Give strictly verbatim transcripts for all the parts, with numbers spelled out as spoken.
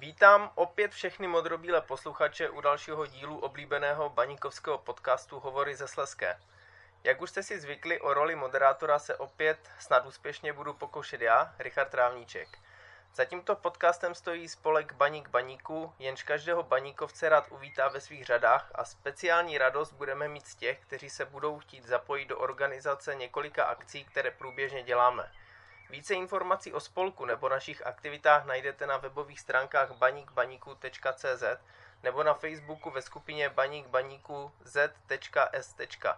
Vítám opět všechny modrobílé posluchače u dalšího dílu oblíbeného baníkovského podcastu Hovory ze Slezské. Jak už jste si zvykli, o roli moderátora se opět snad úspěšně budu pokoušet já, Richard Trávníček. Za tímto podcastem stojí spolek Baník Baníku, jenž každého baníkovce rád uvítá ve svých řadách a speciální radost budeme mít z těch, kteří se budou chtít zapojit do organizace několika akcí, které průběžně děláme. Více informací o spolku nebo našich aktivitách najdete na webových stránkách baník baníku tečka cé zet nebo na Facebooku ve skupině Baník Baníku z tečka es.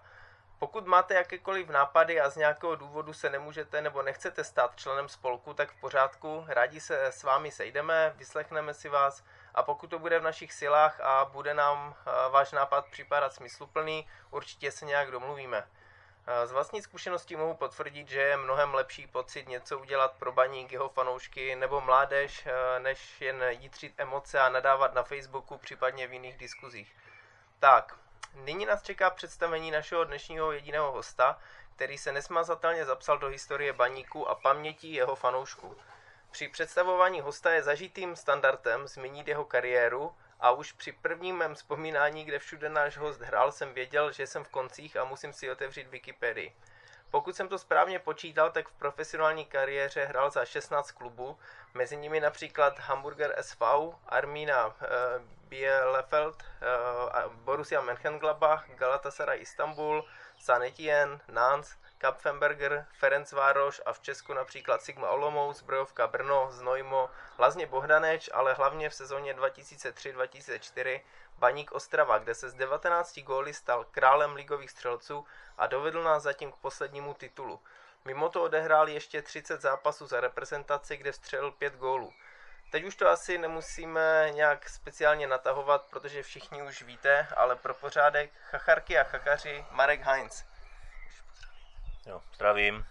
Pokud máte jakékoliv nápady a z nějakého důvodu se nemůžete nebo nechcete stát členem spolku, tak v pořádku, rádi se s vámi sejdeme, vyslechneme si vás a pokud to bude v našich silách a bude nám váš nápad připadat smysluplný, určitě se nějak domluvíme. Z vlastní zkušenosti mohu potvrdit, že je mnohem lepší pocit něco udělat pro Baník, jeho fanoušky nebo mládež, než jen jitřit emoce a nadávat na Facebooku, případně v jiných diskuzích. Tak, nyní nás čeká představení našeho dnešního jediného hosta, který se nesmazatelně zapsal do historie Baníku a pamětí jeho fanoušků. Při představování hosta je zažitým standardem zmínit jeho kariéru, a už při prvním mém vzpomínání, kde všude náš host hrál, jsem věděl, že jsem v koncích a musím si otevřít Wikipedii. Pokud jsem to správně počítal, tak v profesionální kariéře hrál za šestnáct klubů, mezi nimi například Hamburger es vé, Armína e, Bielefeld, e, Borussia Mönchengladbach, Galatasaray Istanbul, Saint-Étienne, Nantes, Kapfenberger, Ferencvároš a v Česku například Sigma Olomouc, Zbrojovka Brno, Znojmo, Lazně Bohdaneč, ale hlavně v sezóně dva tisíce tři dva tisíce čtyři Baník Ostrava, kde se z devatenácti góly stal králem ligových střelců a dovedl nás zatím k poslednímu titulu. Mimo to odehrál ještě třicet zápasů za reprezentaci, kde vstřelil pět gólů. Teď už to asi nemusíme nějak speciálně natahovat, protože všichni už víte, ale pro pořádek chacharky a chachaři Marek Heinz. Jo, zdravím.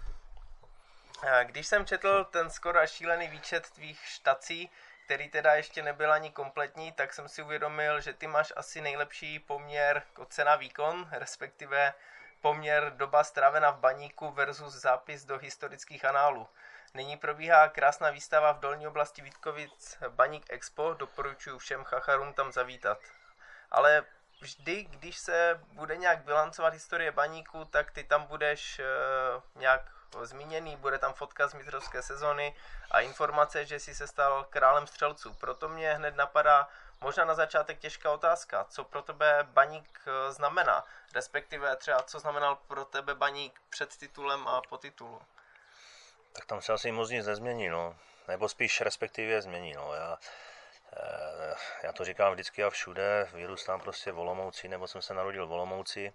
Když jsem četl ten skoro až šílený výčet tvých štací, který teda ještě nebyl ani kompletní, tak jsem si uvědomil, že ty máš asi nejlepší poměr cena výkon, respektive poměr doba strávená v Baníku versus zápis do historických análů. Nyní probíhá krásná výstava v dolní oblasti Vítkovic Baník Expo, doporučuji všem chacharům tam zavítat. Ale vždy, když se bude nějak bilancovat historie Baníku, tak ty tam budeš e, nějak zmíněný, bude tam fotka z mistrovské sezony a informace, že jsi se stal králem střelců. Proto mě hned napadá možná na začátek těžká otázka, co pro tebe Baník znamená, respektive třeba co znamenal pro tebe Baník před titulem a po titulu. Tak tam se asi moc nic nezmění, no. Nebo spíš respektive změní, no. Já, já to říkám vždycky a všude, vyrůstám prostě v Olomouci, nebo jsem se narodil v Olomouci.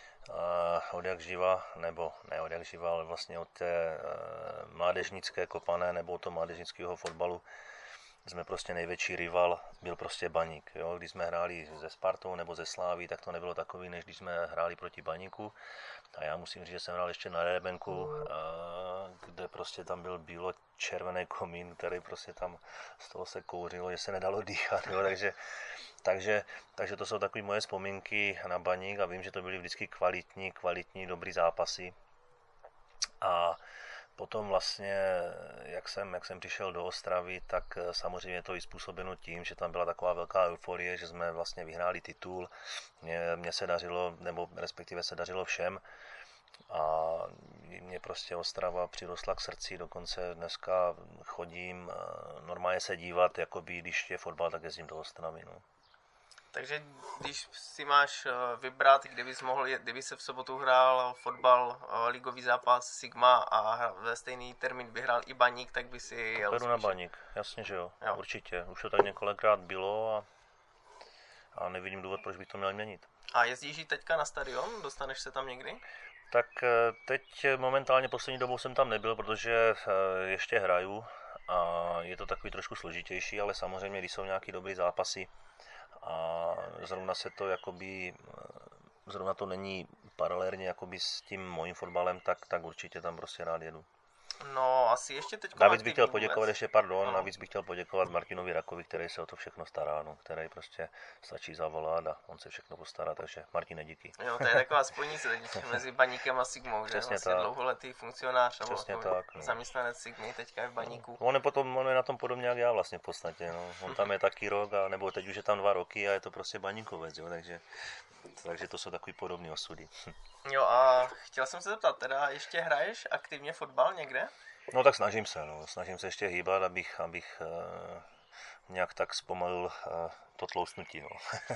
Od jak živa, nebo ne od jak živa, ale vlastně od té mládežnické kopané nebo od toho mládežnického fotbalu jsme prostě největší rival, byl prostě Baník. Jo? Když jsme hráli se Spartou nebo ze Sláví, tak to nebylo takový, než když jsme hráli proti Baníku. A já musím říct, že jsem hrál ještě na Rébenku, kde prostě tam byl bílo-červený komín, který prostě tam z toho se kouřilo, že se nedalo dýchat. Jo? Takže, takže, takže to jsou takové moje vzpomínky na Baník a vím, že to byly vždycky kvalitní, kvalitní, dobrý zápasy. A potom vlastně, jak jsem, jak jsem přišel do Ostravy, tak samozřejmě je to i způsobeno tím, že tam byla taková velká euforie, že jsme vlastně vyhráli titul. Mně, mně se dařilo, nebo respektive se dařilo všem. A mě prostě Ostrava přirostla k srdci, dokonce dneska chodím normálně se dívat, jakoby když je fotbal, tak jezdím do Ostravy. No. Takže když si máš vybrat, kdybys mohl, kdyby se v sobotu hrál fotbal, ligový zápas Sigma a ve stejný termín vyhrál i Baník, tak by si jel Pojedu na Baník, jasně, že jo, jo, určitě. Už to tak několikrát bylo a, a nevidím důvod, proč bych to měl měnit. A jezdíš i teďka na stadion? Dostaneš se tam někdy? Tak teď momentálně poslední dobou jsem tam nebyl, protože ještě hraju a je to takový trošku složitější, ale samozřejmě, když jsou nějaký dobrý zápasy, a zrovna se to jakoby, zrovna to není paralelně jakoby s tím mojím fotbalem, tak, tak určitě tam prostě rád jedu. No, asi ještě teď. Navíc bych chtěl poděkovat ještě, pardon, no. navíc bych chtěl poděkovat Martinovi Rakovi, který se o to všechno stará, no, který prostě stačí zavolat a on se všechno postará, takže Martine, díky. Jo, to je taková spojnice mezi Baníkem a Sigmou, že? Přesně Vlastně tak. dlouholetý funkcionář nebo Přesně tak, no. zaměstnanec Sigmy, teďka je v Baníku. No, on je potom, on je na tom podobně jak já vlastně v podstatě, no. On tam je taky rok, a, nebo teď už je tam dva roky a je to prostě Baníkovec, jo, takže, takže to jsou takový podobný osudy. Jo, a chtěl jsem se zeptat, teda ještě hraješ aktivně fotbal někde? No tak snažím se, no. snažím se ještě hýbat, abych, abych uh, nějak tak zpomalil uh, to tloustnutí. No.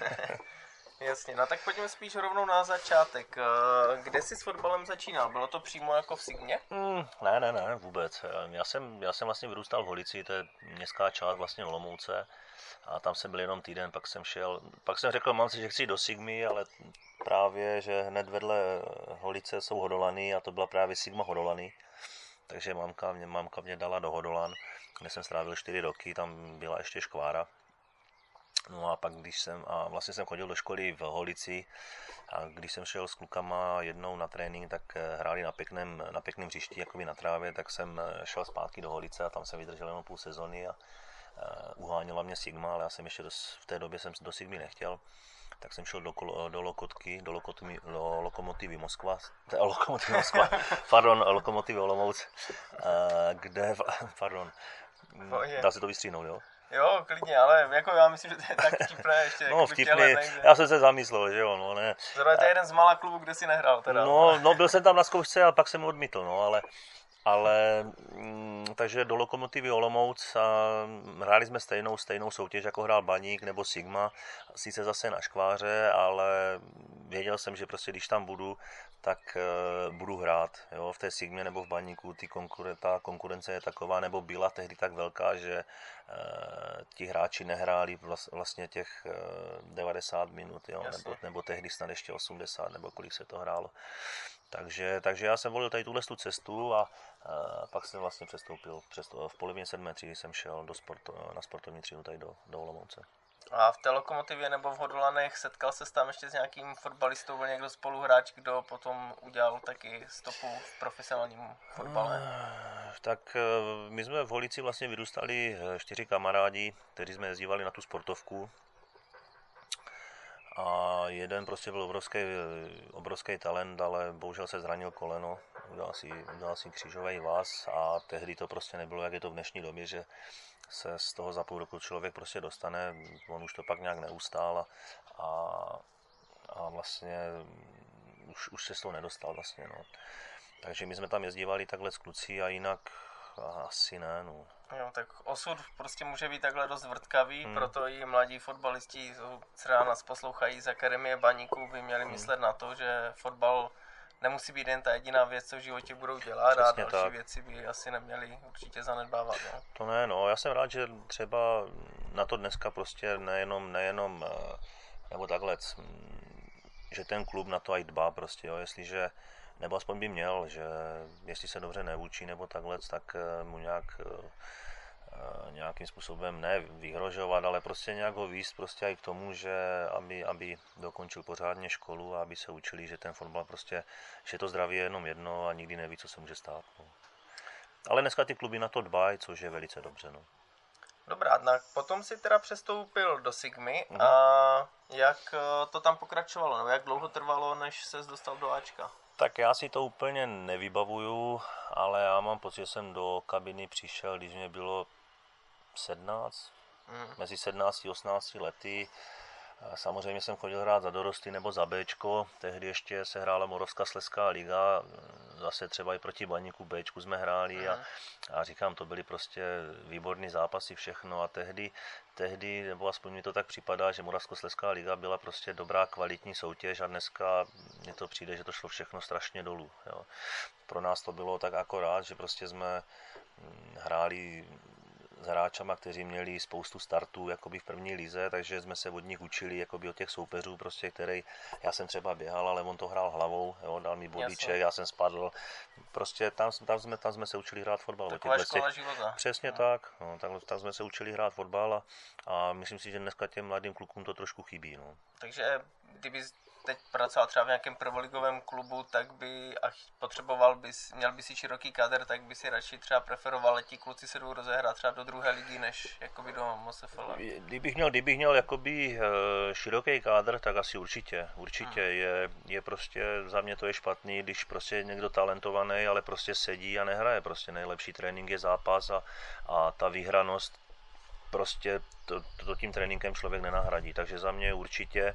Jasně, no tak pojďme spíš rovnou na začátek. Kde jsi s fotbalem začínal? Bylo to přímo jako v Sigmě? Mm, ne, ne, ne, vůbec. Já jsem, já jsem vlastně vyrůstal v Holici, to je městská část vlastně Olomouce. A tam jsem byl jenom týden, pak jsem šel, pak jsem řekl mamce, že chci jít do Sigmy, ale právě, že hned vedle Holice jsou Hodolany a to byla právě Sigma Hodolany. Takže mamka mě, mamka mě dala do Hodolan, kde jsem strávil čtyři roky, tam byla ještě škvára. No a pak když jsem, a vlastně jsem chodil do školy v Holici a když jsem šel s klukama jednou na trénink, tak hráli na pěkném, na pěkném hřišti, jakoby na trávě, tak jsem šel zpátky do Holice a tam jsem vydržel jenom půl sezony a uh, uháněla mě Sigma, ale já jsem ještě do, v té době jsem do Sigmy nechtěl. Tak jsem šel do, do Lokotky, do, Lokoty, do Lokomotivy Moskva, to je Lokomotivy Moskva, pardon, Lokomotivy Olomouc, kde, pardon, dá se to vystříhnout, jo? Jo, klidně, ale jako já myslím, že to je tak vtipné ještě. No vtipný, já jsem se zamyslel, že jo, no ne. Zrovna to je jeden z mála klubů, kde si nehrál teda. No, no byl jsem tam na zkoušce, ale pak jsem odmítl, no, ale, ale mm, takže do Lokomotivy Olomouc a hráli jsme stejnou, stejnou soutěž, jako hrál Baník nebo Sigma, sice zase na škváře, ale věděl jsem, že prostě když tam budu, tak uh, budu hrát, jo, v té Sigmě nebo v Baníku, ty konkuren- ta konkurence je taková, nebo byla tehdy tak velká, že uh, ti hráči nehráli vlas- vlastně těch uh, devadesát minut, jo, nebo, nebo tehdy snad ještě osmdesát, nebo kolik se to hrálo. Takže, takže já jsem volil tady tuhle tu cestu a uh, pak jsem vlastně přestoupil, přesto, v polovině sedmé třídy jsem šel do sportu, na sportovní třídu tady do, do Olomouce. A v té Lokomotivě nebo v Hodolanech setkal se tam ještě s nějakým fotbalistou, byl někdo spoluhráč, kdo potom udělal taky stopu v profesionálním fotbale? Tak my jsme v Holici vlastně vyrůstali čtyři kamarádi, kteří jsme jezdívali na tu sportovku. A jeden prostě byl obrovský, obrovský talent, ale bohužel se zranil koleno, udělal si, udělal si křížový vaz a tehdy to prostě nebylo, jak je to v dnešní době, že se z toho za půl roku člověk prostě dostane, on už to pak nějak neustál a, a, a vlastně už, už se z toho nedostal vlastně, no. Takže my jsme tam jezdívali takhle s kluci a jinak asi ne, no. Jo, tak osud prostě může být takhle dost vrtkavý, hmm. proto i mladí fotbalisti, třeba nás poslouchají z Akademie Baníku, by měli hmm. myslet na to, že fotbal nemusí být jen ta jediná věc, co v životě budou dělat. Přesně a další tak. Věci by asi neměli určitě zanedbávat. No? To ne, no, já jsem rád, že třeba na to dneska prostě nejenom, nejenom nebo takhle, že ten klub na to aj dbá prostě, jo, jestliže, nebo aspoň by měl, že jestli se dobře neučí nebo takhle, tak mu nějak nějakým způsobem ne vyhrožovat, ale prostě nějak ho víc prostě i k tomu, že aby, aby dokončil pořádně školu a aby se učili, že ten fotbal prostě, že to zdraví je jenom jedno a nikdy neví, co se může stát. No. Ale dneska ty kluby na to dbají, což je velice dobře. No. Dobrá, tak potom si teda přestoupil do Sigmy mhm. a jak to tam pokračovalo, nebo jak dlouho trvalo, než ses dostal do Ačka? Tak já si to úplně nevybavuju, ale já mám pocit, že jsem do kabiny přišel, když mě bylo sedmnáct, mm. mezi sedmnácti a osmnácti lety. Samozřejmě jsem chodil hrát za dorosty nebo za Bčko, tehdy ještě se hrála Moravská slezská liga, zase třeba i proti Baníku Bčku jsme hráli mm. a, a říkám, to byly prostě výborný zápasy, všechno a tehdy, tehdy, nebo aspoň mi to tak připadá, že Moravskoslezská liga byla prostě dobrá kvalitní soutěž a dneska mně to přijde, že to šlo všechno strašně dolů. Jo. Pro nás to bylo tak akorát, že prostě jsme hráli s hráčama, kteří měli spoustu startů jakoby v první lize, takže jsme se od nich učili jakoby od těch soupeřů, prostě, který já jsem třeba běhal, ale on to hrál hlavou, jo, dal mi bodíček, já jsem spadl. Prostě tam, tam, jsme, tam jsme se učili hrát fotbal. Taková škola života. Přesně no. tak, no, tak, tam jsme se učili hrát fotbal a, a myslím si, že dneska těm mladým klukům to trošku chybí. No. Takže kdyby teď pracoval třeba v nějakém prvoligovém klubu, tak by a potřeboval bys, měl by si široký kader, tak by si radši třeba preferoval, ti kluci se jdou rozehrát třeba do druhé ligy, než jakoby do M S F L. Kdybych měl, kdybych měl jakoby široký kádr, tak asi určitě. Určitě hmm. je, je prostě, za mě to je špatný, když prostě je někdo talentovaný, ale prostě sedí a nehraje. Prostě nejlepší trénink je zápas a, a ta výhranost prostě to, to tím tréninkem člověk nenahradí. Takže za mě určitě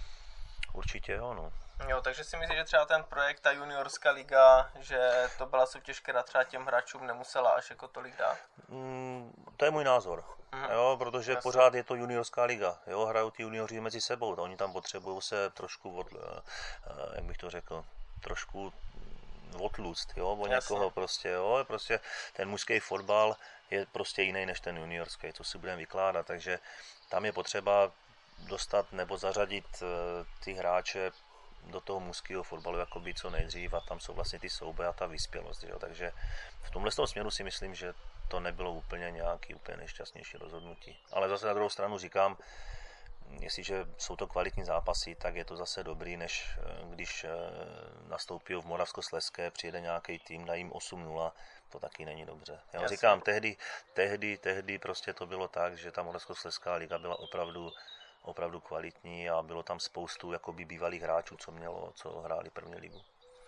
Určitě jo, no. Jo, takže si myslím, že třeba ten projekt, ta juniorská liga, že to byla soutěž, která třeba těm hráčům nemusela až jako tolik dát? Mm, to je můj názor, mm. jo, protože Jasně. pořád je to juniorská liga, jo, hrajou ty junioři mezi sebou, oni tam potřebují se trošku, od, jak bych to řekl, trošku odluct, jo, o někoho prostě, jo, prostě ten mužský fotbal je prostě jiný než ten juniorský, co si budeme vykládat, takže tam je potřeba dostat nebo zařadit ty hráče do toho mužského fotbalu jakoby co nejdřív a tam jsou vlastně ty souboje a ta vyspělost. Jo? Takže v tomhle směru si myslím, že to nebylo úplně nějaký úplně nejšťastnější rozhodnutí. Ale zase na druhou stranu říkám, jestliže jsou to kvalitní zápasy, tak je to zase dobrý, než když nastoupí v Moravskoslezské, přijede nějaký tým, dají jim osm nula, to taky není dobře. Já říkám, tehdy, tehdy, tehdy prostě to bylo tak, že ta Moravskoslezská liga byla opravdu opravdu kvalitní a bylo tam spoustu jakoby bývalých hráčů, co mělo, co hráli první ligu.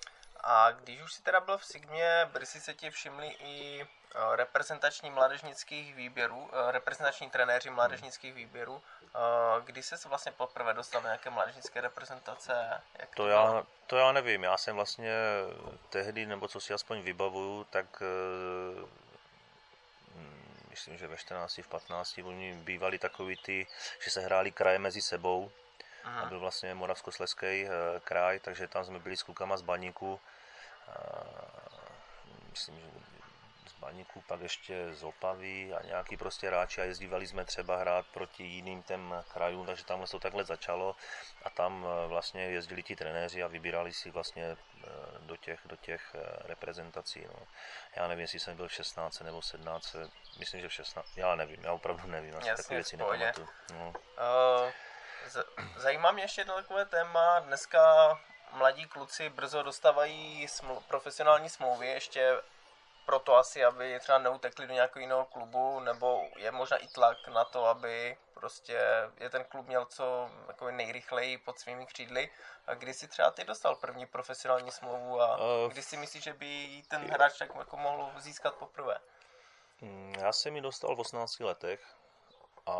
A když už si teda byl v Sigmě, brzy se ti všimli i reprezentační mládežnických výběrů, reprezentační trenéři mládežnických výběrů. Kdy jsi vlastně poprvé dostal do nějaké mládežnické reprezentace? Jak to, to, já, to já nevím, já jsem vlastně tehdy, nebo co si aspoň vybavuju, tak myslím, že ve čtrnácti, v patnácti oni bývali takový ty, že se hráli kraje mezi sebou. Aha. A byl vlastně Moravskoslezský kraj, takže tam jsme byli s klukama z Baníku. Myslím, že z Baníku, pak ještě z Opavy a nějaký prostě hráči a jezdívali jsme třeba hrát proti jiným těm krajům, takže tamhle to takhle začalo a tam vlastně jezdili ti trenéři a vybírali si vlastně do těch, do těch reprezentací. No. Já nevím, jestli jsem byl v šestnáct nebo sedmnáct, myslím, že v šestnáct, já nevím, já opravdu nevím, já takové věci nepamatuju. No. Uh, z- zajímá mě ještě jedno takové téma, dneska mladí kluci brzo dostávají sml- profesionální smlouvy, ještě proto asi, aby třeba neutekli do nějakého jiného klubu, nebo je možná i tlak na to, aby prostě je ten klub měl co jako nejrychleji pod svými křídly. A kdy si třeba ty dostal první profesionální smlouvu a uh, kdy si myslíš, že by ten hráč tak jako mohl získat poprvé? Já jsem ji dostal v osmnácti letech a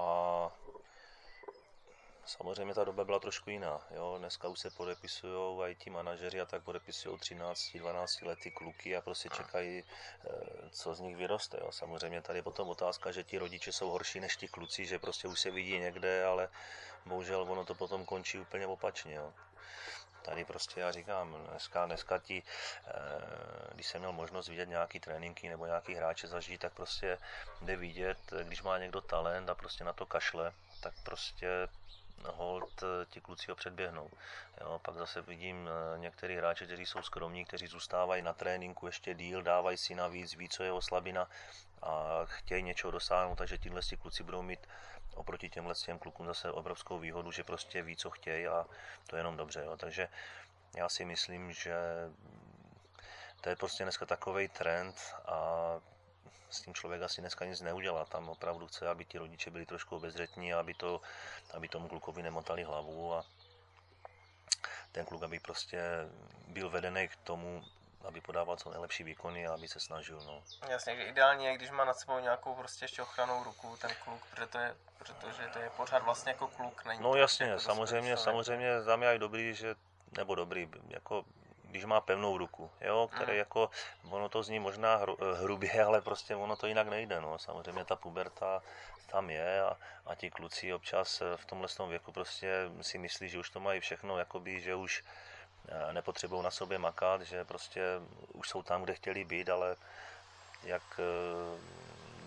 samozřejmě ta doba byla trošku jiná. Jo? Dneska už se podepisují i ti manažeři a tak podepisují třináct dvanáct lety kluky a prostě čekají, co z nich vyroste. Jo? Samozřejmě tady je potom otázka, že ti rodiče jsou horší než ti kluci, že prostě už se vidí někde, ale bohužel ono to potom končí úplně opačně. Jo? Tady prostě já říkám, dneska, dneska ti, když jsem měl možnost vidět nějaký tréninky nebo nějaký hráče zažít, tak prostě jde vidět, když má někdo talent a prostě na to kašle, tak prostě hold ti kluci ho předběhnou. Jo, pak zase vidím některý hráče, kteří jsou skromní, kteří zůstávají na tréninku ještě díl, dávají si navíc, ví, co je jeho slabina a chtějí něčeho dosáhnout, takže tíhle kluci budou mít oproti těmhle těm klukům zase obrovskou výhodu, že prostě ví, co chtějí a to je jenom dobře. Jo. Takže já si myslím, že to je prostě dneska takovej trend a s tím člověk asi dneska nic neudělá. Tam opravdu chce, aby ti rodiče byli trošku obezřetní, aby, to, aby tomu klukovi nemotali hlavu a ten kluk, aby prostě byl vedený k tomu, aby podával co nejlepší výkony a aby se snažil. No. Jasně, že ideálně je, když má nad sebou nějakou prostě ještě ochranou ruku ten kluk, protože to je, protože to je pořád vlastně jako kluk. Není no jasně, jako samozřejmě, samozřejmě za mě je dobrý, že, nebo dobrý, jako když má pevnou ruku, jo, který mm. jako, ono to zní možná hru, hrubě, ale prostě ono to jinak nejde, no, samozřejmě ta puberta tam je a, a ti kluci občas v tomhle věku prostě si myslí, že už to mají všechno, jakoby, že už nepotřebují na sobě makat, že prostě už jsou tam, kde chtěli být, ale jak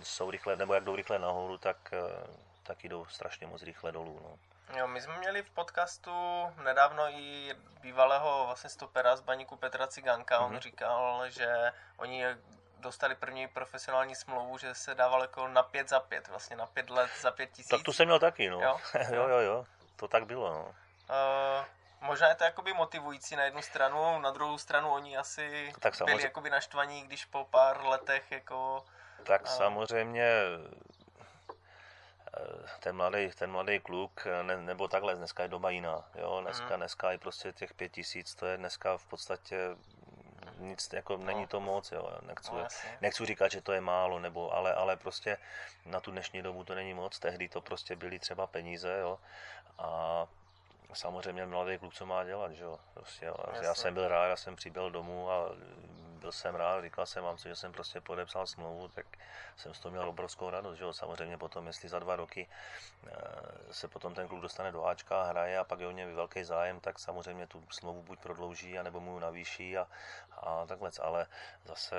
jsou rychle, nebo jak jdou rychle nahoru, tak, tak jdou strašně moc rychle dolů. No. Jo, my jsme měli v podcastu nedávno i bývalého vlastně stopera z Baníku Petra Cigánka. Mm-hmm. On říkal, že oni dostali první profesionální smlouvu, že se dával jako na pět za pět, vlastně na pět let za pět tisíc. Tak tu jsem měl taky, no. Jo, jo, jo, jo. To tak bylo, no. Uh, možná je to jakoby motivující na jednu stranu, na druhou stranu oni asi tak byli samozřejmě... jakoby naštvaní, když po pár letech jako... Tak uh... samozřejmě ten mladý, ten mladý kluk, ne, nebo takhle, dneska je doba jiná, jo, dneska, mm. dneska je prostě těch pět tisíc, to je dneska v podstatě nic, jako no. není to moc, jo, nechci, no, nechci říkat, že to je málo, nebo, ale, ale prostě na tu dnešní dobu to není moc, tehdy to prostě byly třeba peníze, jo, a samozřejmě mladý kluk, co má dělat, že jo, prostě, jo. Já jsem byl rád, já jsem přibyl domů a byl jsem rád, říkal jsem vám, že jsem prostě podepsal smlouvu, tak jsem z toho měl obrovskou radost, že jo, samozřejmě potom, jestli za dva roky se potom ten kluk dostane do Ačka, hraje a pak je o něm velký zájem, tak samozřejmě tu smlouvu buď prodlouží, anebo mu navýší a, a takhle, ale zase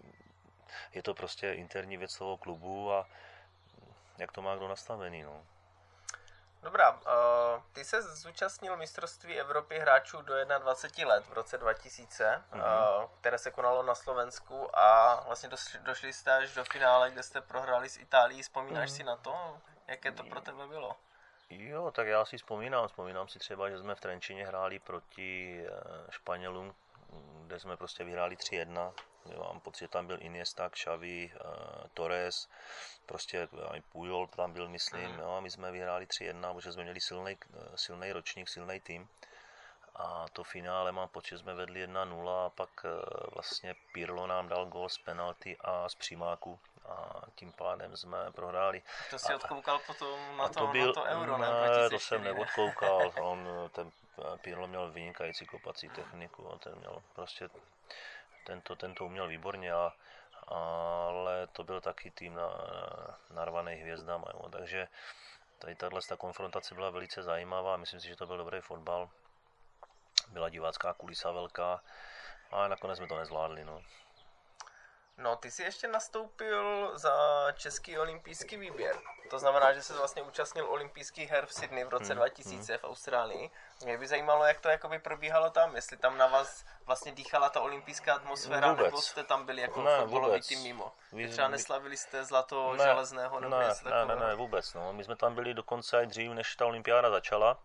je to prostě interní věc toho klubu a jak to má kdo nastavený, no. Dobrá, uh, ty se zúčastnil mistrovství Evropy hráčů do dvaceti jedna let v roce dva tisíce, mm-hmm. uh, které se konalo na Slovensku a vlastně došli, došli jste až do finále, kde jste prohráli s Itálií. Vzpomínáš mm. si na to? Jaké to pro tebe bylo? Jo, tak já si vzpomínám. Vzpomínám si třeba, že jsme v Trenčíně hráli proti Španělům, kde jsme prostě vyhráli tři jedna. Mám pocit, že tam byl Iniesta, Xavi, uh, Torres, prostě i Puyol tam byl, myslím, mm. jo, a my jsme vyhráli tři jedna, protože jsme měli silný, silný ročník, silný tým. A to finále mám pocit, že jsme vedli jedna nula a pak uh, vlastně Pirlo nám dal gól z penalty a z přímáku a tím pádem jsme prohráli. To si odkoukal potom na to, to, byl, na to euro, ne? Ne, to jsem neodkoukal, on, ten Pirlo měl vynikající kopací techniku a ten měl prostě Tento, tento uměl výborně, a, ale to byl taky tým na, narvaný hvězdama. Jo. Takže tady tato konfrontace byla velice zajímavá, myslím si, že to byl dobrý fotbal. Byla divácká kulisa velká a nakonec jsme to nezvládli. No. No, ty jsi ještě nastoupil za český olympijský výběr. To znamená, že se vlastně účastnil olympijských her v Sydney v roce hmm, dva tisíce hmm. v Austrálii. Mě by zajímalo, jak to jakoby probíhalo tam, jestli tam na vás vlastně dýchala ta olympijská atmosféra, vůbec. Nebo jste tam byli jako ne, fotbalový tým mimo. Vy třeba neslavili jste zlato ne, železného nebo ne, něco ne, ne, ne, vůbec. No. My jsme tam byli dokonce i dřív, než ta olympiáda začala.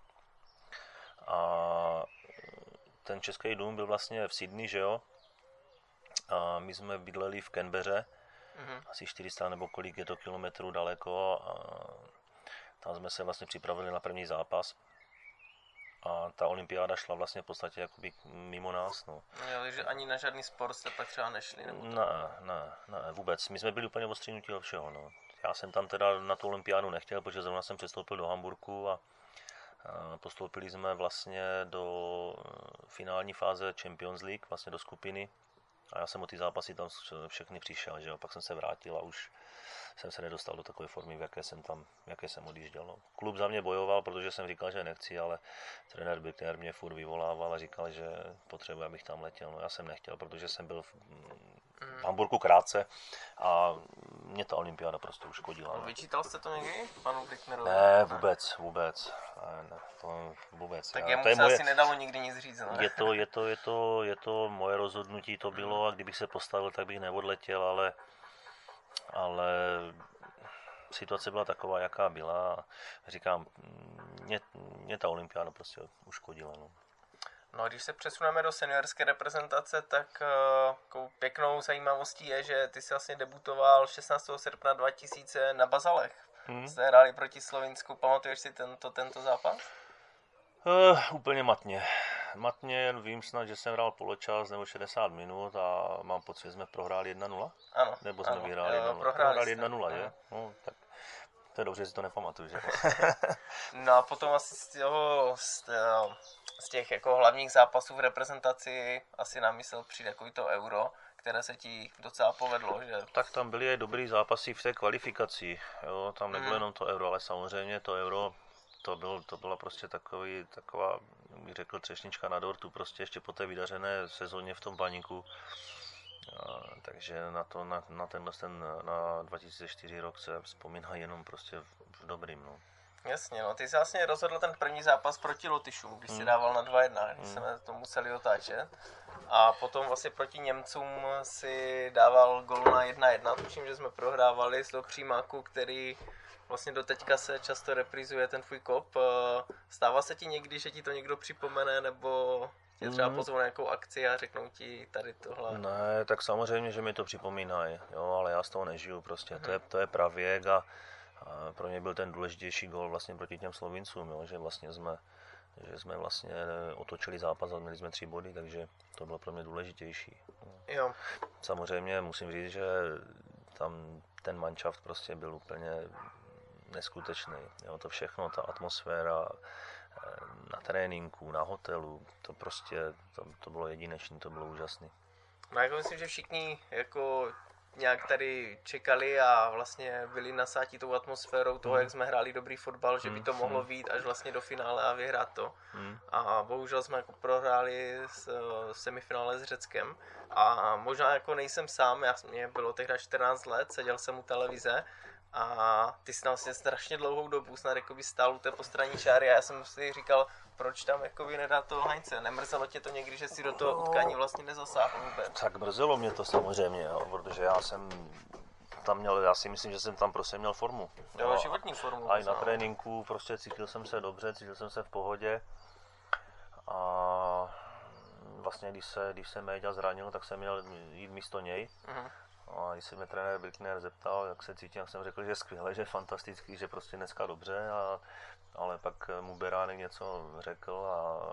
A ten český dům byl vlastně v Sydney, že jo? A my jsme bydleli v Canberře, mm-hmm. asi čtyři sta nebo kolik je to kilometrů daleko, a tam jsme se vlastně připravili na první zápas. A ta olympiáda šla vlastně v podstatě jakoby mimo nás. No. Jo, takže ani na žádný sport jste pak třeba nešli? Nebo ne, ne, ne, vůbec. My jsme byli úplně odstřihnutí od všeho. No. Já jsem tam teda na tu olympiádu nechtěl, protože zrovna jsem přestoupil do Hamburku a postoupili jsme vlastně do finální fáze Champions League, vlastně do skupiny. A já jsem o ty zápasy tam všechny přišel, že jo, pak jsem se vrátil a už jsem se nedostal do takové formy, v jaké jsem tam, v jaké jsem odjížděl. No. Klub za mě bojoval, protože jsem říkal, že nechci, ale trenér Bittner mě furt vyvolával a říkal, že potřebuje, abych tam letěl. No, já jsem nechtěl, protože jsem byl v, v Hamburku krátce a mě ta olympiáda prostě uškodila. No. Vyčítal jste to někdy panu Bittnerovi? Ne, vůbec, vůbec. Ne, ne, to vůbec. Tak jemu to je se moje... asi nedalo nikdy nic říct. Ne? Je to, je to, je to, je to moje rozhodnutí, to bylo, a kdybych se postavil, tak bych neodletěl, ale, ale situace byla taková, jaká byla. Říkám, mě, mě ta olympiáda prostě uškodila. No. No a když se přesuneme do seniorské reprezentace, tak uh, pěknou zajímavostí je, že ty jsi vlastně debutoval šestnáctého srpna dva tisíce na Bazalech. Hmm. Jste hráli proti Slovinsku, pamatuješ si tento, tento zápas? Uh, úplně matně. Matně, jen vím snad, že jsem hrál poločas nebo šedesát minut a mám pocit, že jsme prohráli jedna nula. Ano. Nebo jsme ano, vyhráli jedna nula. Prohráli, prohráli jedna nula, že? No, tak to je dobře, že si to nepamatuju, že? No a potom asi z, toho, z, z těch jako hlavních zápasů v reprezentaci asi na mysl přijde takový to euro, které se ti docela povedlo, že? Tak tam byly i dobrý zápasy v té kvalifikaci, jo, tam nebylo hmm. jenom to euro, ale samozřejmě to euro, to, byl, to byla prostě takový, taková, bych řekl, třešnička na dortu, prostě ještě po té vydařené sezóně v tom Baníku. A, takže na, to, na, na tenhle ten, na dva tisíce čtyři rok se vzpomíná jenom prostě v, v dobrým. No. Jasně, no, ty jsi vlastně rozhodl ten první zápas proti Lotyšům, když si dával na dva jedna, když Hmm. jsme to museli otáčet. A potom vlastně proti Němcům si dával gol na jedna jedna, tuším, že jsme prohrávali z toho přímáku, který vlastně do teďka se často reprizuje ten tvůj kop. Stává se ti někdy, že ti to někdo připomene, nebo tě třeba pozvou na nějakou akci a řeknou ti tady tohle? Ne, tak samozřejmě, že mi to připomínají, jo, ale já z toho nežiju prostě, hmm. to, je, to je pravěk a, a pro mě byl ten důležitější gol vlastně proti těm Slovincům, jo, že vlastně jsme, že jsme vlastně otočili zápas a měli jsme tři body, takže to bylo pro mě důležitější. Jo. Samozřejmě musím říct, že tam ten manšaft prostě byl úplně neskutečný, jo, to všechno, ta atmosféra na tréninku, na hotelu, to prostě, to, to bylo jedinečné, to bylo úžasné. No jako myslím, že všichni jako nějak tady čekali a vlastně byli nasátí tou atmosférou toho, mm. jak jsme hráli dobrý fotbal, že by to mohlo vyjít až vlastně do finále a vyhrát to. Mm. A bohužel jsme jako prohráli s, semifinále s Řeckem a možná jako nejsem sám, já, mě bylo tehdy čtrnáct let, seděl jsem u televize a ty jsi tam vlastně strašně dlouhou dobu snad jakoby stál u té postranní čáry a já jsem si říkal, proč tam jakoby nedá toho Heinze, nemrzelo tě to někdy, že si do toho utkání vlastně nezasáhl vůbec? Tak mrzelo mě to samozřejmě, jo, protože já jsem tam měl, já si myslím, že jsem tam prostě měl formu. Jo, jo životní formu. A i na tréninku prostě cítil jsem se dobře, cítil jsem se v pohodě a vlastně když se, když se Méďa zranil, tak jsem měl jít místo něj. Uh-huh. A když se mě trenér Brickner zeptal, jak se cítím, jak jsem řekl, že je skvěle, že je fantastický, že prostě dneska dobře, a, ale pak mu Beránek něco řekl a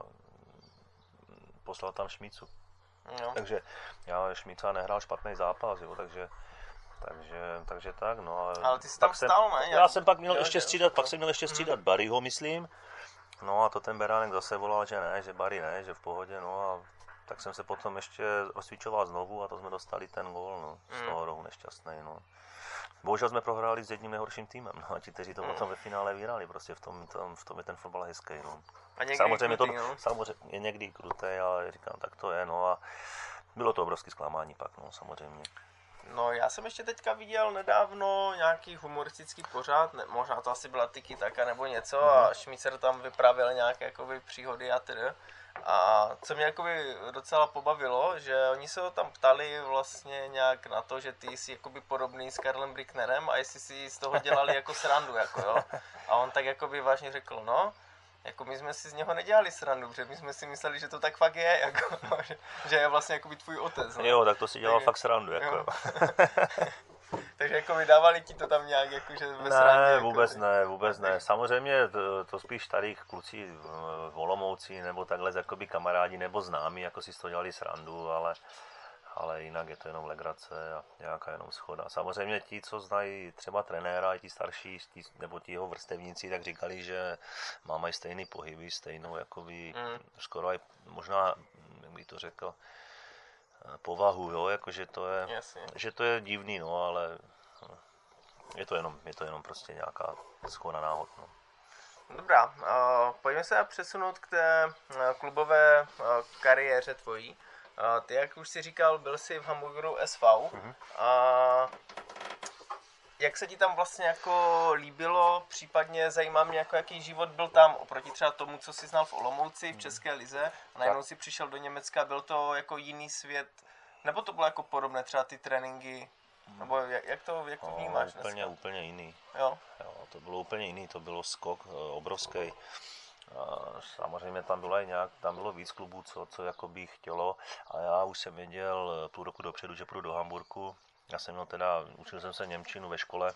poslal tam Šmícu. No. Takže já Šmíca nehrál špatný zápas, jo, takže, takže, takže tak, no. Ale, ale ty jsi tam stál, ne? Já jsem pak měl jo, ještě střídat, pak jsem měl ještě střídat hmm. Barryho, myslím. No a to ten Beránek zase volal, že ne, že Barry ne, že v pohodě, no a tak jsem se potom ještě rozcvičoval znovu a to jsme dostali ten gól, no, z toho rohu nešťastný, no. Bohužel jsme prohráli s jedním nejhorším týmem, no, a ti, kteří to mm. potom ve finále vyhráli, prostě v tom, tom, v tom je ten fotbal hezký, no. A někdy samozřejmě krutý, to, no? samozřejmě je někdy krutý, ale říkám, tak to je, no a bylo to obrovský zklamání pak, no, samozřejmě. No, já jsem ještě teďka viděl nedávno nějaký humoristický pořád, ne, možná to asi byla Tiki Taka nebo něco mm. a Šmícer tam vyprávěl nějaké jakoby příhody a tedy. A co mě jakoby docela pobavilo, že oni se ho tam ptali vlastně nějak na to, že ty jsi jakoby podobný s Karlem Bricknerem a jestli si z toho dělali jako srandu, jako jo. A on tak jakoby vážně řekl, no, jako my jsme si z něho nedělali srandu, protože my jsme si mysleli, že to tak fakt je, jako, no, že, že je vlastně jakoby tvůj otec. No. Jo, tak to si dělal tak, fakt srandu, jako jo. Takže jako vydávali ti to tam nějak, jakože ve ne, srandě, vůbec jako, ne, vůbec ne. Samozřejmě to, to spíš starých kluci v Olomouci nebo takhle jakoby kamarádi nebo známí, jako si z toho dělali srandu, ale, ale jinak je to jenom legrace a nějaká jenom schoda. Samozřejmě ti, co znají třeba trenéra, i ti starší, ti, nebo ti jeho vrstevníci, tak říkali, že má mají stejný pohyby, stejnou jakoby, mm. skoro aj možná, jak bych to řekl, povahu, jo, jakože to je, Jasně. že to je divný, no, ale je to jenom, je to jenom prostě nějaká schoda náhod, no. Dobrá, uh, pojďme se přesunout k té uh, klubové uh, kariéře tvojí. Uh, ty, jak už si říkal, byl jsi v Hamburgeru S V. Mm-hmm. A jak se ti tam vlastně jako líbilo, případně zajímá mě, jako jaký život byl tam oproti třeba tomu, co jsi znal v Olomouci, v České lize, a najednou si přišel do Německa, byl to jako jiný svět, nebo to bylo jako podobné třeba ty tréninky, nebo jak, jak to, jak to vnímáš no, úplně, dneska? úplně jiný. Jo? Jo, to bylo úplně jiný, to bylo skok obrovský. Samozřejmě tam bylo i nějak, tam bylo víc klubů, co, co jako by chtělo, a já už jsem věděl půl roku dopředu, že půjdu do Hamburku. Já jsem měl teda, učil jsem se němčinu ve škole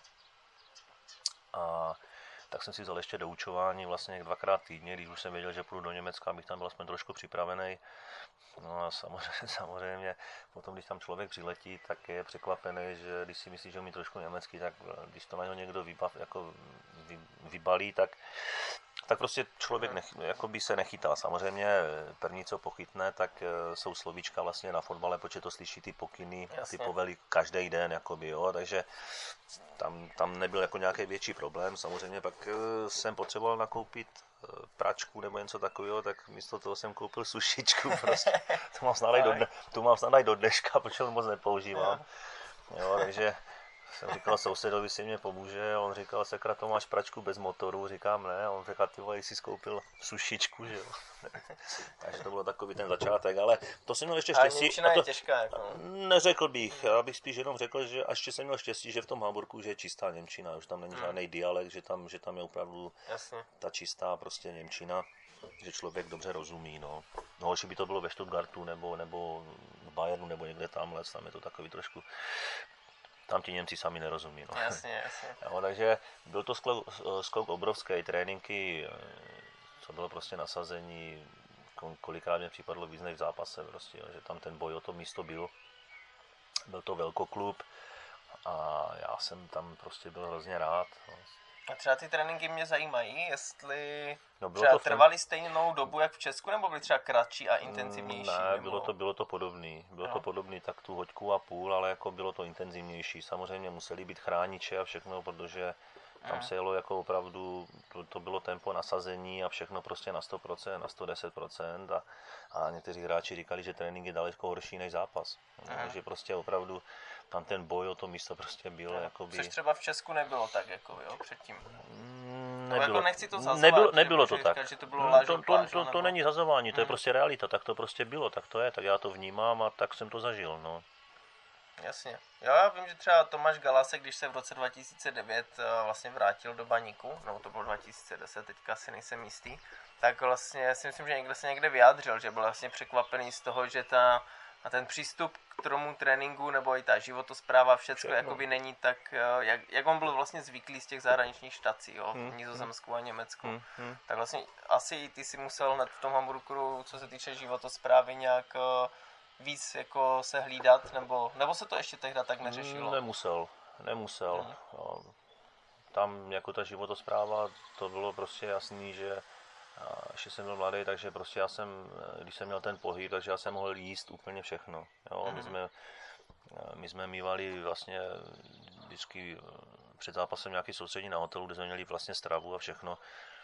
a tak jsem si vzal ještě doučování vlastně dvakrát týdně, když už jsem věděl, že půjdu do Německa, abych tam byl aspoň trošku připravený. No a samozřejmě, samozřejmě potom, když tam člověk přiletí, tak je překvapený, že když si myslí, že umí trošku německy, tak když to na něho někdo vybav, jako vy, vybalí, tak, tak prostě člověk nech, jakoby se nechytá. Samozřejmě první, co pochytne, tak jsou slovíčka vlastně na fotbale, protože to slyší ty pokyny a ty povely každý den, jakoby, jo, takže tam, tam nebyl jako nějaký větší problém. Samozřejmě pak jsem potřeboval nakoupit pračku nebo něco takového, tak místo toho jsem koupil sušičku, prostě. To mám snad do, to mám snad do dneška, protože to moc nepoužívám. Jo, takže jsem říkal sousedovi, si mě pomůže, a on říkal, sakra, to máš pračku bez motoru, říkám ne, a on říkal, ty vole, jsi skoupil sušičku, že jo. Takže to bylo takový ten začátek, ale to jsem měl ještě štěstí. A němčina je těžká, jako. Neřekl bych, já bych spíš jenom řekl, že až jsem měl štěstí, že v tom Hamburku, že je čistá němčina, už tam není hmm. žádný dialekt, že tam, že tam je opravdu Jasně. ta čistá prostě němčina, že člověk dobře rozumí, no. No, horší by to bylo ve Stuttgartu, nebo, nebo v Bayernu, nebo někde tamhle, tam je to takový trošku. Tam ti Němci sami nerozumí. No. Jasně, jasně. Jo, takže byl to skok, skok obrovský, tréninky, co bylo prostě nasazení, kolikrát mě připadlo víc než v zápase, prostě, jo, že tam ten boj o to místo byl. Byl to velkoklub a já jsem tam prostě byl hrozně rád. No. A třeba ty tréninky mě zajímají, jestli no, třeba to trvaly stejnou dobu jak v Česku, nebo byly třeba kratší a intenzivnější? Ne, nebo... bylo to, bylo to podobný. Bylo no. to podobný tak tu hoďku a půl, ale jako bylo to intenzivnější. Samozřejmě museli být chrániče a všechno, protože tam mm. se jelo jako opravdu, to, to bylo tempo nasazení a všechno prostě na sto procent, na sto deset procent a, a někteří hráči říkali, že trénink je daleko horší než zápas. Mm. Takže prostě opravdu tam ten boj o to místo prostě byl. No, jakoby... Což třeba v Česku nebylo tak, jako jo, předtím. Mm, nebylo, jako nechci to zazovat, nebylo, nebylo to říkat, tak. Že to, bylo no, to, to, to, to, to není zazování, to je prostě realita, tak to prostě bylo, tak to je, tak já to vnímám a tak jsem to zažil, no. Jasně. Jo, já vím, že třeba Tomáš Galasek, když se v roce dva tisíce devět vlastně vrátil do Baníku, nebo to bylo dva tisíce deset, teďka si nejsem jistý, tak vlastně si myslím, že někde se někde vyjádřil, že byl vlastně překvapený z toho, že ta a ten přístup k tomu tréninku nebo i ta životospráva, všecko jakoby není tak, jak, jak on byl vlastně zvyklý z těch zahraničních štací, jo, v Nizozemsku a Německu. Hmm, hmm. Tak vlastně asi i ty si musel hned v tom Hamburgu, co se týče životosprávy, nějak víc jako se hlídat, nebo, nebo se to ještě tehdy tak neřešilo? Nemusel, nemusel. Hmm. No, tam jako ta životospráva, to bylo prostě jasný, že a ještě jsem byl mladý, takže prostě já jsem, když jsem měl ten pohyb, takže já jsem mohl jíst úplně všechno. Jo? Mm-hmm. My jsme, my jsme mívali vlastně vždycky před zápasem nějaký soustředí na hotelu, kde jsme měli vlastně stravu a všechno.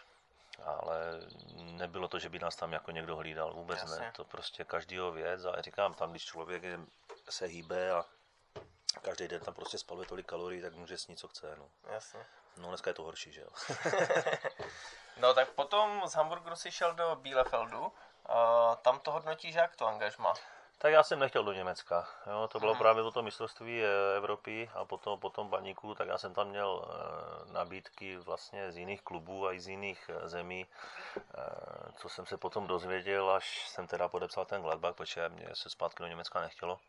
Ale nebylo to, že by nás tam jako někdo hlídal, vůbec Jasně. ne. To prostě každýho věc a říkám, tam když člověk se hýbe a každý den tam prostě spaluje tolik kalorií, tak může snít, co chce. No. Jasně. No dneska je to horší, že jo. No tak potom z Hamburgu si šel do Bielefeldu, uh, tam to hodnotíš jak to angažma? Tak já jsem nechtěl do Německa, jo, to bylo hmm. právě to mistrovství Evropy a potom, potom Baníku, tak já jsem tam měl uh, nabídky vlastně z jiných klubů a i z jiných uh, zemí, uh, co jsem se potom dozvěděl, až jsem teda podepsal ten Gladbach, protože mě se zpátky do Německa nechtělo.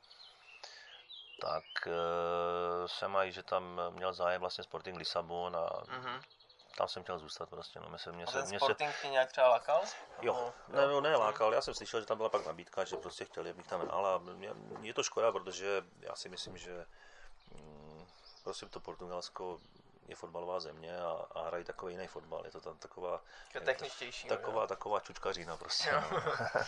Tak uh, jsem aj, že tam měl zájem vlastně Sporting Lisabon a mm-hmm. tam jsem chtěl zůstat prostě. No. Mě se, mě a ten se, mě Sporting se... tě nějak třeba lákal? Jo, ne, no, ne lákal, já jsem slyšel, že tam byla pak nabídka, že prostě chtěli, abych tam hrál a mě, je to škoda, protože já si myslím, že mm, prostě to Portugalsko je fotbalová země a, a hrají takový jiný fotbal, je to tam taková... techničtější. Taková, taková čučkařina prostě. Jo. No.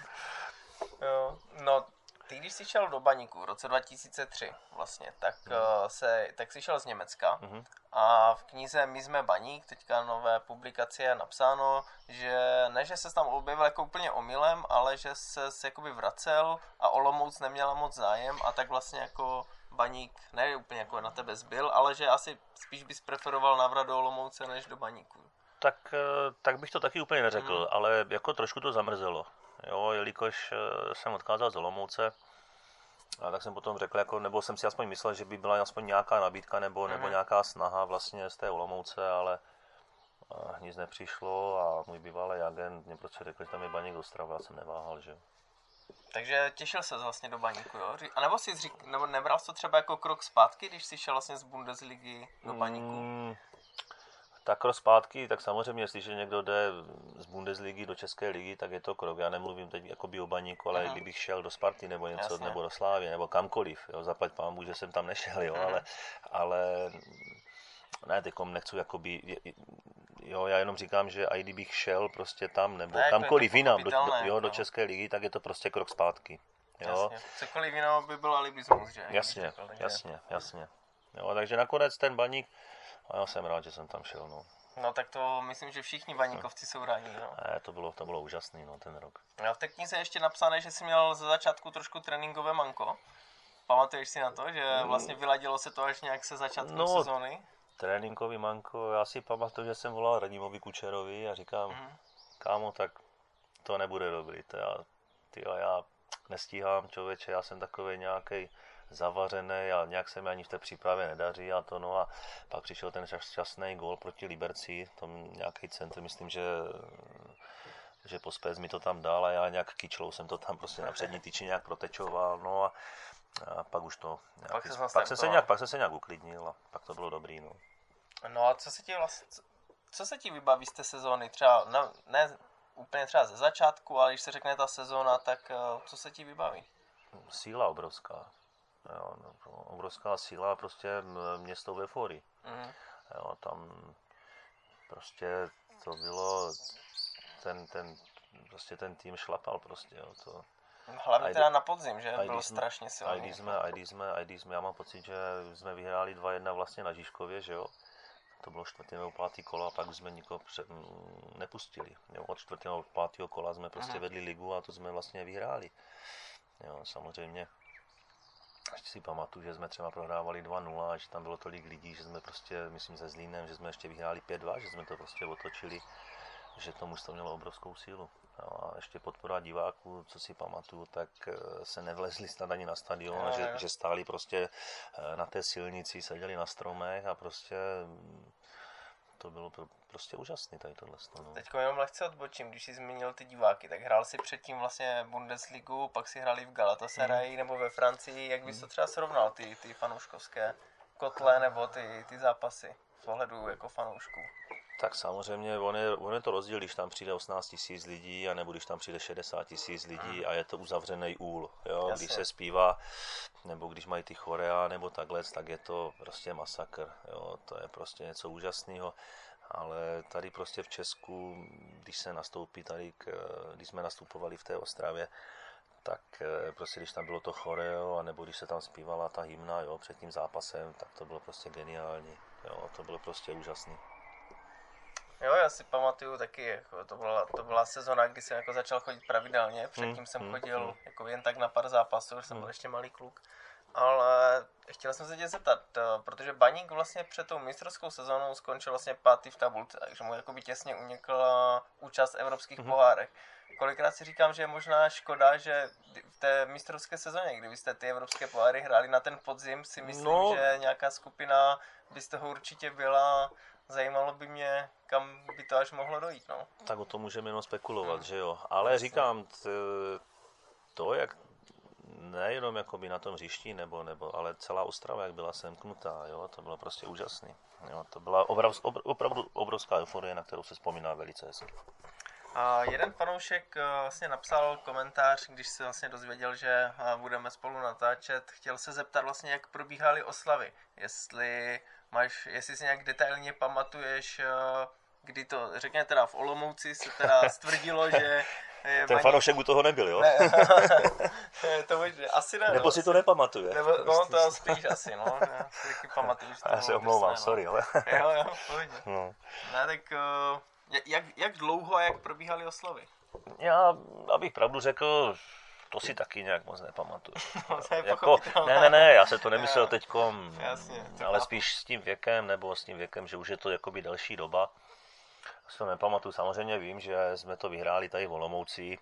Jo, no... Ty, když jsi šel do Baníku v roce dva tisíce tři vlastně, tak, mm. uh, se, tak jsi šel z Německa mm. a v knize My jsme Baník, teďka nové publikaci je napsáno, že ne, že se tam objevil jako úplně omylem, ale že se jakoby vracel a Olomouc neměla moc zájem a tak vlastně jako Baník ne úplně jako na tebe zbyl, ale že asi spíš bys preferoval návrat do Olomouce než do Baníku. Tak, tak bych to taky úplně neřekl, mm. ale jako trošku to zamrzelo. Jo, jelikož jsem odkázal z Olomouce, a tak jsem potom řekl, jako, nebo jsem si aspoň myslel, že by byla aspoň nějaká nabídka nebo, nebo nějaká snaha vlastně z té Olomouce, ale nic nepřišlo a můj bývalý agent mě prostě řekl, že tam je Baník Ostrava, já jsem neváhal, že. Takže těšil ses vlastně do Baníku, jo? A nebo jsi řík, nebo nebral jsi to třeba jako krok zpátky, když jsi šel vlastně z Bundesligy do Baníku? Mm. Tak krok zpátky, tak samozřejmě, jestliže někdo jde z Bundesligy do České ligy, tak je to krok. Já nemluvím teď jakoby o Baníku, ale uh-huh. kdybych šel do Sparty nebo něco, Jasně. nebo do Slávy, nebo kamkoliv, jo, zaplať pánbůh, že jsem tam nešel, jo, uh-huh. ale, ale ne, teďkom nechci jakoby, jo, já jenom říkám, že i kdybych šel prostě tam, nebo Ne, kamkoliv jinam, do, do, jo, no. do České ligy, tak je to prostě krok zpátky. Jo? Jasně, cokoliv jiného by byl alibismus, že? Jasně, řekl, takže... jasně, jasně. Jo, takže nakonec ten Baník, a já jsem rád, že jsem tam šel, no. No tak to myslím, že všichni baníkovci jsou rádi, no. Ne, to bylo, to bylo úžasný, no, ten rok. A v té knize ještě napsané, že jsi měl ze začátku trošku tréninkové manko. Pamatuješ si na to, že vlastně vyladilo se to až nějak se začátkem no, sezóny? Tréninkový manko, já si pamatuju, že jsem volal Radimovi Kučerovi a říkám, mm. kámo, tak to nebude dobrý, to já, tyjo, já nestíhám, člověče, já jsem takový nějaký zavařený a nějak se mi ani v té přípravě nedaří a to, no a pak přišel ten šťastný gól proti Liberci, tam nějaký centr, myslím, že že Pospés mi to tam dal a já nějak kyčlou jsem to tam prostě na přední tyči nějak protečoval, no a, a pak už to, nějaký, pak, se pak, jsem se nějak, pak jsem se nějak uklidnil a pak to bylo dobrý, no. No a co se ti vlastně, co, co se ti vybaví z té sezóny, třeba, ne, ne úplně třeba ze začátku, ale když se řekne ta sezóna, tak co se ti vybaví? Síla obrovská. Jo, no, obrovská síla, prostě město v euforii. Mm. Jo, tam prostě to bylo, ten, ten, prostě ten tým šlapal prostě, jo, to... Hlavně teda na podzim, že? Byl strašně silný. A když jsme, a když jsme, a když jsme, já mám pocit, že jsme vyhráli dva jedna vlastně na Žižkově, že jo? To bylo čtvrtý nebo pátý kolo a pak už jsme nikoho před, m, nepustili. Jo, od čtvrtého nebo pátého kola jsme prostě mm. vedli ligu a to jsme vlastně vyhráli. Jo, samozřejmě. Ještě si pamatuju, že jsme třeba prohrávali dva nula, že tam bylo tolik lidí, že jsme prostě, myslím se Zlínem, že jsme ještě vyhráli pět dva, že jsme to prostě otočili, že to mužstvo mělo obrovskou sílu. No a ještě podpora diváků, co si pamatuju, tak se nevlezli snad ani na stadion, no, že, že stáli prostě na té silnici, seděli na stromech a prostě to bylo prostě úžasný tady tohle. No. Teďko jenom lehce odbočím, když jsi zmínil ty diváky, tak hrál si předtím vlastně Bundesligu, pak si hráli v Galatasaray mm. nebo ve Francii, jak bys to třeba srovnal, ty, ty fanouškovské kotle nebo ty, ty zápasy z pohledu jako fanoušků? Tak samozřejmě, on je, on je to rozdíl, když tam přijde osmnáct tisíc lidí, anebo když tam přijde šedesát tisíc lidí a je to uzavřený úl. Jo? Když se zpívá, nebo když mají ty chorea, nebo takhle, tak je to prostě masakr. Jo? To je prostě něco úžasného. Ale tady prostě v Česku, když se nastoupí tady, když jsme nastupovali v té Ostravě, tak prostě když tam bylo to choreo, anebo když se tam zpívala ta hymna, jo, před tím zápasem, tak to bylo prostě geniální. Jo? To bylo prostě úžasný. Jo, já si pamatuju taky, jako to, byla, to byla sezona, kdy jsem jako začal chodit pravidelně, předtím mm, jsem chodil mm, jako jen tak na pár zápasů, že jsem byl ještě malý kluk. Ale chtěl jsem se tě zeptat, protože Baník vlastně před tou mistrovskou sezónou skončil vlastně pátý v tabulce, takže mu jakoby těsně unikla účast v evropských mm. pohárech. Kolikrát si říkám, že je možná škoda, že v té mistrovské sezóně, kdy byste ty evropské poháry hráli na ten podzim, si myslím, no. že nějaká skupina by z toho určitě byla. Zajímalo by mě, kam by to až mohlo dojít, no. Tak o tom můžeme jenom spekulovat, hmm. že jo. Ale říkám, t, to, jak nejenom jakoby na tom hřišti, nebo, nebo, ale celá Ostrava, jak byla semknutá, jo, to bylo prostě úžasný. Jo, to byla obrov, obr, opravdu obrovská euforie, na kterou se vzpomíná velice hezky. A jeden fanoušek vlastně napsal komentář, když se vlastně dozvěděl, že budeme spolu natáčet, chtěl se zeptat vlastně, jak probíhaly oslavy. Jestli máš, jestli si nějak detailně pamatuješ, kdy to, řekněme teda v Olomouci se teda stvrdilo, že... Ten Baník... fanoušek u toho nebyl, jo? Ne, to možná, asi ne. Nebo si to nepamatuje. Nebo, no to spíš asi, no. Já si taky pamatuju, že to Já se omlouvám, sorry, ale... Jo, jo, pohodě. No. Ne, tak jak, jak dlouho a jak probíhaly oslavy? Já, abych pravdu řekl, to si taky nějak moc nepamatuju. To je jako, ne, ne, ne, já se to nemyslel já, teďkom, jasně, ale spíš s tím věkem, nebo s tím věkem, že už je to jakoby delší doba. Já si to nepamatuju, samozřejmě vím, že jsme to vyhráli tady v Olomouci.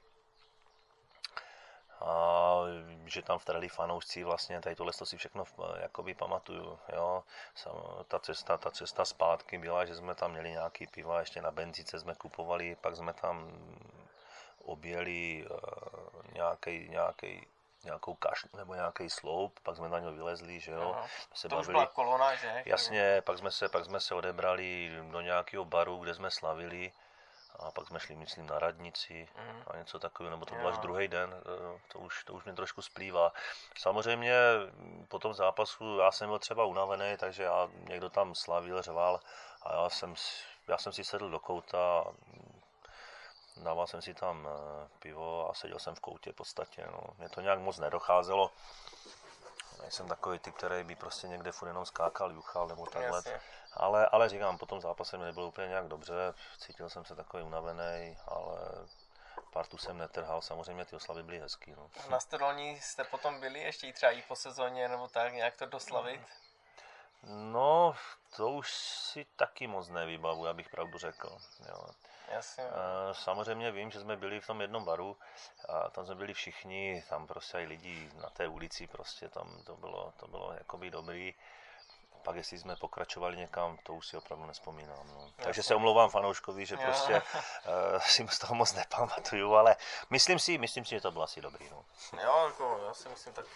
A že tam vtrhli fanoušci vlastně, tady tohle to si všechno jakoby pamatuju, jo. Ta cesta, ta cesta zpátky byla, že jsme tam měli nějaký piva, ještě na benzíce jsme kupovali, pak jsme tam objeli uh, nějaký, nějaký, nějakou kašnu nebo nějaký sloup, pak jsme na něj vylezli, že jo. Se to bavili. Už byla kolona, že? Jasně, pak jsme, se, pak jsme se odebrali do nějakého baru, kde jsme slavili. a pak jsme šli, myslím, na radnici Mhm. a něco takového, nebo to Jo. byl až druhý den, eh, to už, to už mě trošku splývá. Samozřejmě po tom zápasu já jsem byl třeba unavený, takže já, někdo tam slavil, řval a já jsem, s- já jsem si sedl do kouta, dával jsem si tam eh, pivo a seděl jsem v koutě v podstatě. No. Mě to nějak moc nedocházelo. Nejsem takový typ, který by prostě někde furt jenom skákal, juchal nebo takhle. Jasně. Ale, ale říkám, po tom zápase mi nebylo úplně nějak dobře, cítil jsem se takový unavený, ale partu jsem netrhal, samozřejmě ty oslavy byly hezký. No. Na Stodolní jste potom byli ještě i třeba i po sezóně nebo tak nějak to doslavit? No, to už si taky moc nevybavu, abych pravdu řekl. Jo. Jasně. E, samozřejmě vím, že jsme byli v tom jednom baru a tam jsme byli všichni, tam prostě i lidi na té ulici, prostě tam to bylo, to bylo jakoby dobrý. Pak jestli jsme pokračovali někam, to už si opravdu nespomínám. No. Takže se omlouvám fanouškovi, že prostě uh, si z toho moc nepamatuju, ale myslím si, myslím si, že to bylo asi dobrý. No. Jo, jako, já si myslím taky.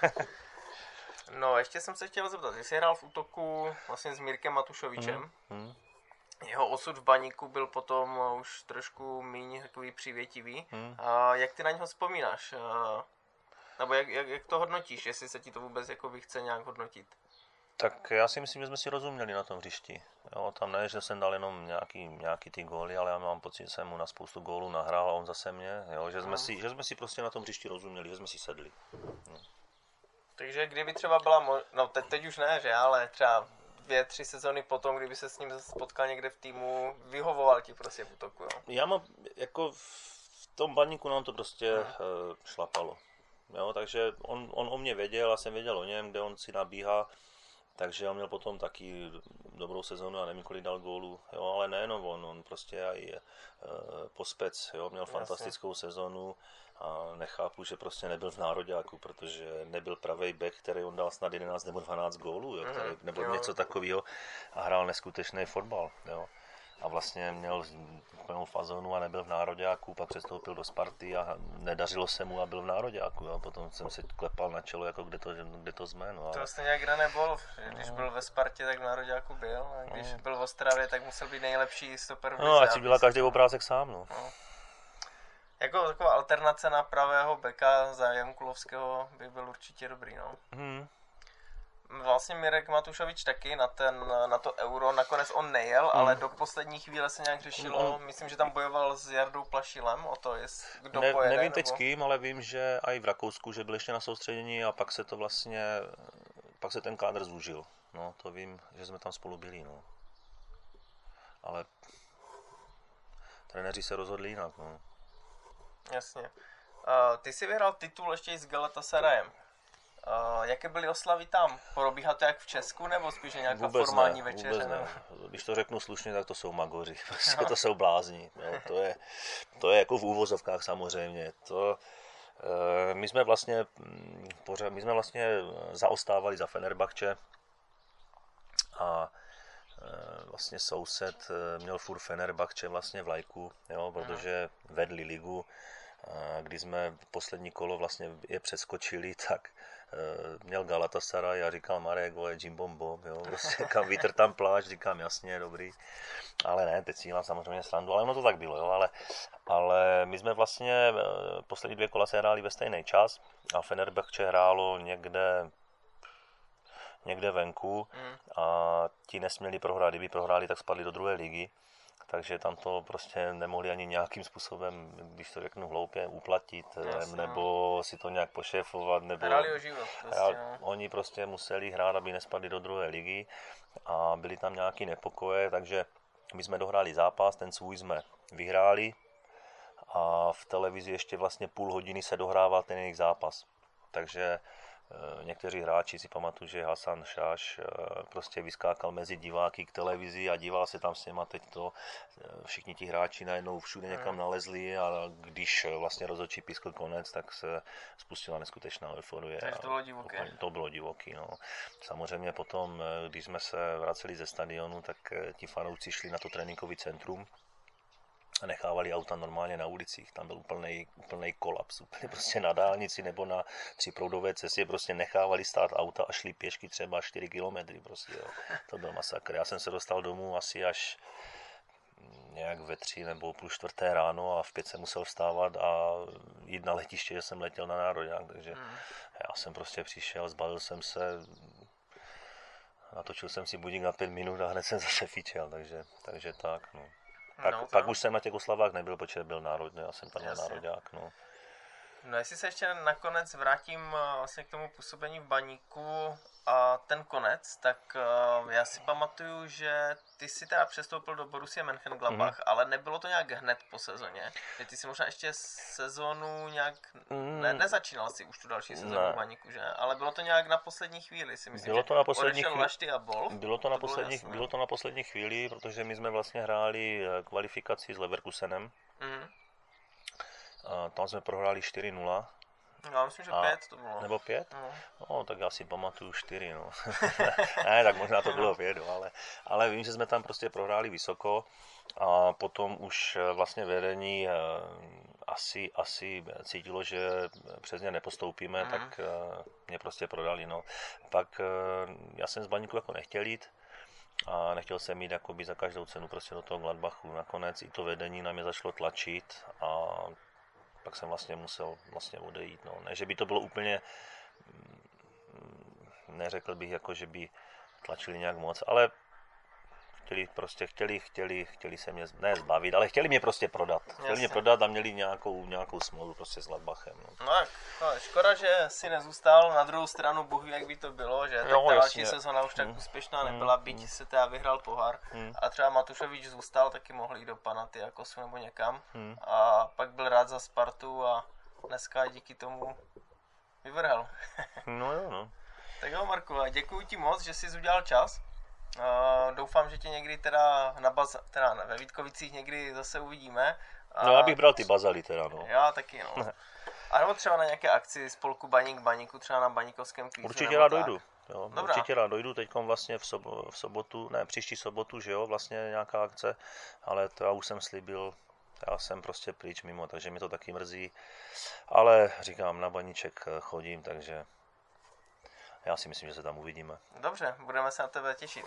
No, ještě jsem se chtěl zeptat, jsi hrál v útoku vlastně s Mírkem Matušovičem. Hmm. Hmm. Jeho osud v Baníku byl potom už trošku méně takový přívětivý. Hmm. A jak ty na něho vzpomínáš? A, nebo jak, jak, jak to hodnotíš, jestli se ti to vůbec jako chce nějak hodnotit? Tak já si myslím, že jsme si rozuměli na tom hřišti. Jo, tam ne, že jsem dal jenom nějaký, nějaký ty góly, ale já mám pocit, že jsem mu na spoustu gólů nahrál a on zase mě. Jo, že, jsme Hmm. si, že jsme si prostě na tom hřišti rozuměli, že jsme si sedli. No. Takže kdyby třeba byla, mo- no teď, teď už ne, že, ale třeba dvě, tři sezony potom, kdyby se s ním zase spotkal někde v týmu, vyhovoval ti prostě v útoku, jo? Já mám, jako v tom Baníku nám to prostě uh, šlapalo. Jo, takže on, on o mě věděl, já jsem věděl o něm, kde on si nabíhá, takže on měl potom taky dobrou sezonu a nevím, kolik dal gólů, jo, ale nejenom on, on prostě i uh, Pospec, jo, měl fantastickou sezonu a nechápu, že prostě nebyl v nároďáku, protože nebyl pravej back, který on dal snad jedenáct nebo dvanáct gólů, jo, který, nebo jo. něco takového a hrál neskutečný fotbal, jo. A vlastně měl plnou fazonu a nebyl v nároďáku, pak přestoupil do Sparty a nedařilo se mu a byl v nároďáku. Jo. Potom jsem se klepal na čelo, jako kde to, kde to jsme. No, ale... To vlastně jak René Wolf, že když byl ve Spartě, tak v nároďáku byl, a když byl v Ostravě, tak musel být nejlepší stoper v lize. No, ať si byla každý obrázek sám. No. No. Jako taková alternace na pravého beka za Jankulovského by byl určitě dobrý, no. Hmm. Vlastně Mirek Matušovič taky na, ten, na to euro, nakonec on nejel, hmm. ale do poslední chvíle se nějak řešilo, On- myslím, že tam bojoval s Jardou Plašilem o to, jest, kdo Ne, pojede. nevím teď nebo... s kým, ale vím, že i v Rakousku, že byl ještě na soustředění a pak se to vlastně, pak se ten kádr zúžil. No, to vím, že jsme tam spolu byli, no. Ale trenéři se rozhodli jinak, no. Jasně. Uh, ty jsi vyhrál titul ještě i s Galatasarayem. Uh, jaké byly oslavy tam? Probíhá to jak v Česku, nebo spíš nějaká Vůbec formální ne, večeře? vůbec ne. Když to řeknu slušně, tak to jsou magoři. Prostě to jsou blázni. Jo. To, je, to je jako v úvozovkách samozřejmě. To, e, my jsme vlastně mm, pořád, my jsme vlastně zaostávali za Fenerbahče a e, vlastně soused e, měl furt Fenerbahče vlastně v lajku, jo, protože vedli ligu. A když jsme poslední kolo vlastně je přeskočili, tak e, měl Galatasaray a říkal Marek, vole, Jimbombo, jo, prostě kam vítr tam pláč, říkám jasně, dobrý, ale ne, teď si dělám samozřejmě srandu, ale ono to tak bylo, jo, ale, ale my jsme vlastně e, poslední dvě kola se hráli ve stejný čas a Fenerbahče hrálo někde někde venku a ti nesměli prohrát, kdyby prohráli, tak spadli do druhé ligy. Takže tam to prostě nemohli ani nějakým způsobem, když to řeknu hloupě, uplatit, Jasně, nebo si to nějak pošéfovat, nebo... Hráli o život. Prostě, Hrál, no. oni prostě museli hrát, aby nespadli do druhé ligy a byly tam nějaké nepokoje, takže my jsme dohráli zápas, ten svůj jsme vyhráli a v televizi ještě vlastně půl hodiny se dohrával ten jejich zápas. Takže někteří hráči si pamatuju, že Hasan Šáš prostě vyskákal mezi diváky k televizi a díval se tam s něma, teď to všichni ti hráči najednou všude někam nalezli a když vlastně rozhodčí pískl konec, tak se spustila neskutečná euforie. Takže to bylo divoké. To bylo divoký, no. Samozřejmě potom, když jsme se vraceli ze stadionu, tak ti fanoušci šli na to tréninkové centrum a nechávali auta normálně na ulicích. Tam byl úplnej, úplnej kolaps. Úplně prostě na dálnici nebo na tříproudové cestě prostě nechávali stát auta a šli pěšky třeba čtyři kilometry. Prostě, jo. To byl masakr. Já jsem se dostal domů asi až nějak ve tři nebo půl čtvrté ráno a v pět jsem musel vstávat a jít na letiště, že jsem letěl na nároďák, takže hmm. já jsem prostě přišel, zbalil jsem se, natočil jsem si budík na pět minut a hned jsem zase fičel, takže, takže tak, no. Pak, no, pak už jsem na těch oslavách nebyl, protože byl národný, já jsem tam měl nároďák, no. No jestli se ještě nakonec vrátím vlastně k tomu působení v Baníku a ten konec, tak uh, já si pamatuju, že ty si teda přestoupil do Borussia Mönchengladbach, mm-hmm. ale nebylo to nějak hned po sezóně. Ty si možná ještě sezónu nějak, mm. ne, nezačínal si už tu další sezónu ne. v Baníku, že? Ale bylo to nějak na poslední chvíli, si myslím, bylo to na poslední chvíli. Lašty a Bol. Bylo to, na to poslední, bylo, bylo to na poslední chvíli, protože my jsme vlastně hráli kvalifikaci s Leverkusenem. Mm. A tam jsme prohráli čtyři nula. Já myslím, že a, pět to bylo. Nebo pět? No. no, tak já si pamatuju čtyři, no. ne, tak možná to bylo pět, ale, ale vím, že jsme tam prostě prohráli vysoko a potom už vlastně vedení asi, asi cítilo, že přes ně nepostoupíme, mm. tak mě prostě prodali, no. Pak já jsem z Baníku jako nechtěl jít a nechtěl jsem jít jakoby za každou cenu prostě do toho Gladbachu. Nakonec i to vedení na mě začalo tlačit a pak jsem vlastně musel vlastně odejít. No. Ne, že by to bylo úplně, neřekl bych, jako, že by tlačili nějak moc, ale chtěli prostě, chtěli, chtěli, chtěli se mě, ne zbavit, ale chtěli mě prostě prodat. Chtěli Jasně. mě prodat a měli nějakou, nějakou smlouvu prostě s Gladbachem. No, no tak, no, škoda, že si nezůstal, na druhou stranu Bůh ví, jak by to bylo, že tak no, ta další sezona už tak hmm. úspěšná nebyla, hmm. byť se teda vyhrál pohár hmm. a třeba Matušovič zůstal, taky mohli jít do Panathinaikosu nebo někam hmm. a pak byl rád za Spartu a dneska díky tomu vyvrhal. no jo, no. Tak jo, Marku, děkuji ti moc, že jsi udělal čas. Uh, doufám, že tě někdy teda, na baz, teda ve Vítkovicích někdy zase uvidíme. A... No já bych bral ty bazaly teda, no. Já taky, no. A nebo třeba na nějaké akci spolku Baník Baníku, třeba na baníkovském kvízu. Určitě rád dojdu. Jo, určitě rád dojdu, teďkom vlastně v, sobo, v sobotu, ne, příští sobotu, že jo, vlastně nějaká akce, ale to já už jsem slíbil, já jsem prostě pryč mimo, takže mi to taky mrzí. Ale říkám, na Baníček chodím, takže já si myslím, že se tam uvidíme. Dobře, budeme se na tebe těšit.